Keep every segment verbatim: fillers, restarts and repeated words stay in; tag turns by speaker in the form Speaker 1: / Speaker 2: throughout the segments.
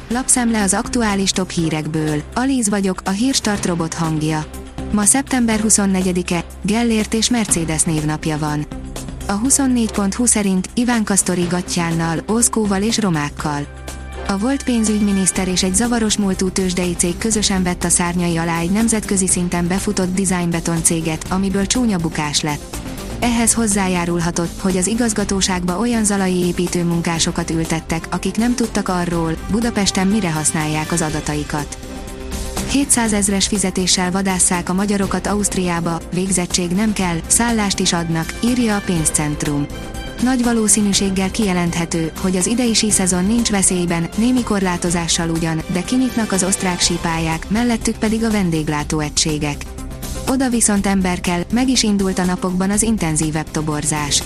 Speaker 1: Lapszemle az aktuális top hírekből. Alíz vagyok, a Hírstart robot hangja. Ma szeptember huszonnegyedike, Gellért és Mercedes névnapja van. A huszonnégy pont hu szerint Ivánka sztori Gattyánnal, Oszkóval és romákkal. A volt pénzügyminiszter és egy zavaros múltú tőzsdei cég közösen vett a szárnyai alá egy nemzetközi szinten befutott designbeton céget, amiből csúnya bukás lett. Ehhez hozzájárulhatott, hogy az igazgatóságba olyan zalai építőmunkásokat ültettek, akik nem tudtak arról, Budapesten mire használják az adataikat. hétszázezres fizetéssel vadásszák a magyarokat Ausztriába, végzettség nem kell, szállást is adnak, írja a Pénzcentrum. Nagy valószínűséggel kijelenthető, hogy az idei síszezon nincs veszélyben, némi korlátozással ugyan, de kinyitnak az osztrák sípályák, mellettük pedig a vendéglátóegységek. Oda viszont ember kell, meg is indult a napokban az intenzívebb toborzás.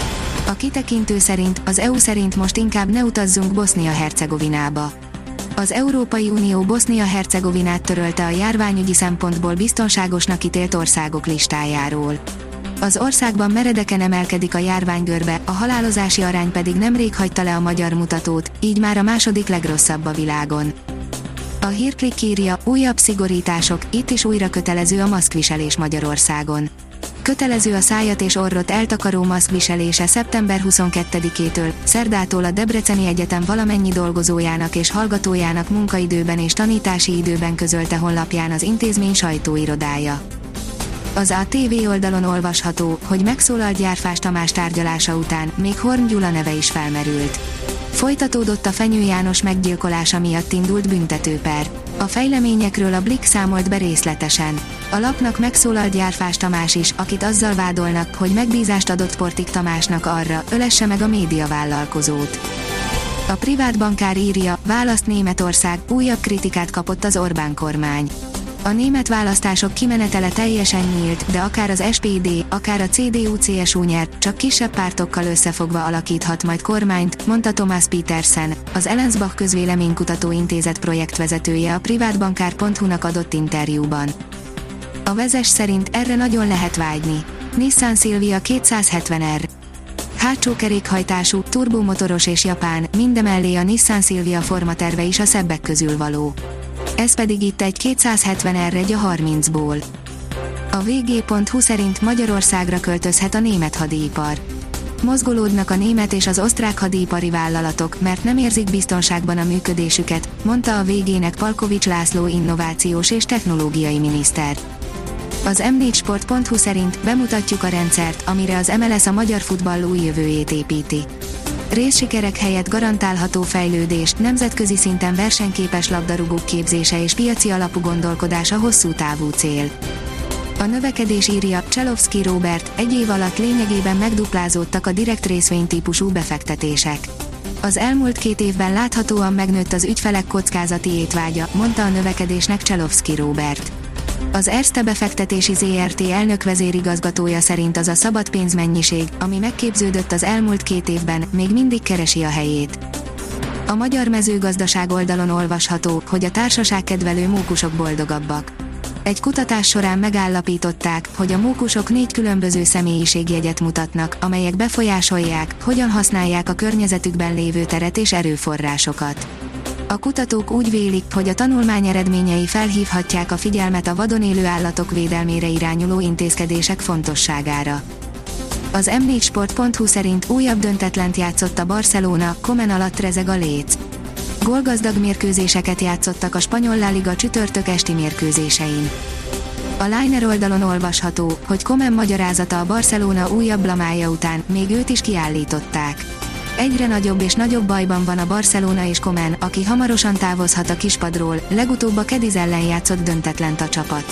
Speaker 1: A kitekintő szerint, az é u szerint most inkább ne utazzunk Bosznia-Hercegovinába. Az Európai Unió Bosznia-Hercegovinát törölte a járványügyi szempontból biztonságosnak ítélt országok listájáról. Az országban meredeken emelkedik a járványgörbe, a halálozási arány pedig nemrég hagyta le a magyar mutatót, így már a második legrosszabb a világon. A Hírklik írja, újabb szigorítások, itt is újra kötelező a maszkviselés Magyarországon. Kötelező a szájat és orrot eltakaró maszkviselése szeptember huszonkettedikétől, szerdától a Debreceni Egyetem valamennyi dolgozójának és hallgatójának munkaidőben és tanítási időben közölte honlapján az intézmény sajtóirodája. Az á té vé oldalon olvasható, hogy megszólalt Gyárfás Tamás tárgyalása után, még Horn Gyula neve is felmerült. Folytatódott a Fenyő János meggyilkolása miatt indult büntetőper. A fejleményekről a Blick számolt be részletesen. A lapnak megszólalt Gyárfás Tamás is, akit azzal vádolnak, hogy megbízást adott Portik Tamásnak arra, ölesse meg a médiavállalkozót. A privát bankár írja, választ Németország, újabb kritikát kapott az Orbán kormány. A német választások kimenetele teljesen nyílt, de akár az es pé dé, akár a cé dé u cé es u nyer, csak kisebb pártokkal összefogva alakíthat majd kormányt, mondta Thomas Petersen, az Ellensbach Közvéleménykutató Intézet projektvezetője a privátbankár pont hu-nak adott interjúban. A Vezes szerint erre nagyon lehet vágyni. Nissan Silvia kétszázhetven er. Hátsó kerékhajtású, turbomotoros és japán, mindemellé a Nissan Silvia formaterve is a szebbek közül való. Ez pedig itt egy kétszázhetven er-egy a harmincból. A vé gé pont hu szerint Magyarországra költözhet a német hadipar. Mozgolódnak a német és az osztrák hadipari vállalatok, mert nem érzik biztonságban a működésüket, mondta a vé gének Palkovics László innovációs és technológiai miniszter. Az em négy sport pont hu szerint bemutatjuk a rendszert, amire az em el es a magyar futball új jövőjét építi. Részsikerek helyett garantálható fejlődés, nemzetközi szinten versenyképes labdarúgók képzése és piaci alapú gondolkodás a hosszú távú cél. A növekedés írja, Cselovszky Róbert, egy év alatt lényegében megduplázódtak a direkt részvénytípusú befektetések. Az elmúlt két évben láthatóan megnőtt az ügyfelek kockázati étvágya, mondta a növekedésnek Cselovszky Róbert. Az Erste befektetési zé er té elnök vezérigazgatója szerint az a szabad pénzmennyiség, ami megképződött az elmúlt két évben, még mindig keresi a helyét. A magyar mezőgazdaság oldalon olvasható, hogy a társaságkedvelő mókusok boldogabbak. Egy kutatás során megállapították, hogy a mókusok négy különböző személyiségjegyet mutatnak, amelyek befolyásolják, hogyan használják a környezetükben lévő teret és erőforrásokat. A kutatók úgy vélik, hogy a tanulmány eredményei felhívhatják a figyelmet a vadon élő állatok védelmére irányuló intézkedések fontosságára. Az em négy sport pont hu szerint újabb döntetlent játszott a Barcelona, Koeman alatt rezeg a léc. Gólgazdag mérkőzéseket játszottak a spanyol La Liga csütörtök esti mérkőzésein. A Liner oldalon olvasható, hogy Koeman magyarázata a Barcelona újabb blamája után, még őt is kiállították. Egyre nagyobb és nagyobb bajban van a Barcelona és Koeman, aki hamarosan távozhat a kispadról, legutóbb a Cadiz ellen játszott döntetlent a csapat.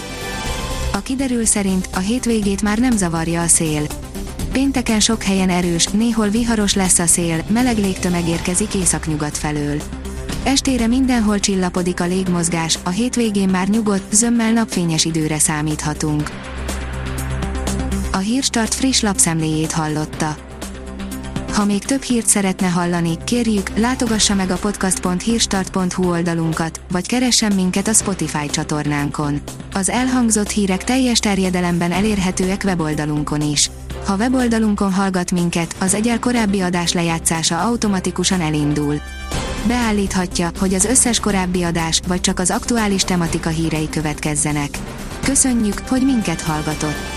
Speaker 1: A kiderül szerint a hétvégét már nem zavarja a szél. Pénteken sok helyen erős, néhol viharos lesz a szél, meleg légtömeg érkezik északnyugat felől. Estére mindenhol csillapodik a légmozgás, a hétvégén már nyugodt, zömmel napfényes időre számíthatunk. A Hírstart friss lapszemléjét hallotta. Ha még több hírt szeretne hallani, kérjük, látogassa meg a podcast pont hírstart pont hu oldalunkat, vagy keressen minket a Spotify csatornánkon. Az elhangzott hírek teljes terjedelemben elérhetőek weboldalunkon is. Ha weboldalunkon hallgat minket, az egyel korábbi adás lejátszása automatikusan elindul. Beállíthatja, hogy az összes korábbi adás, vagy csak az aktuális tematika hírei következzenek. Köszönjük, hogy minket hallgatott!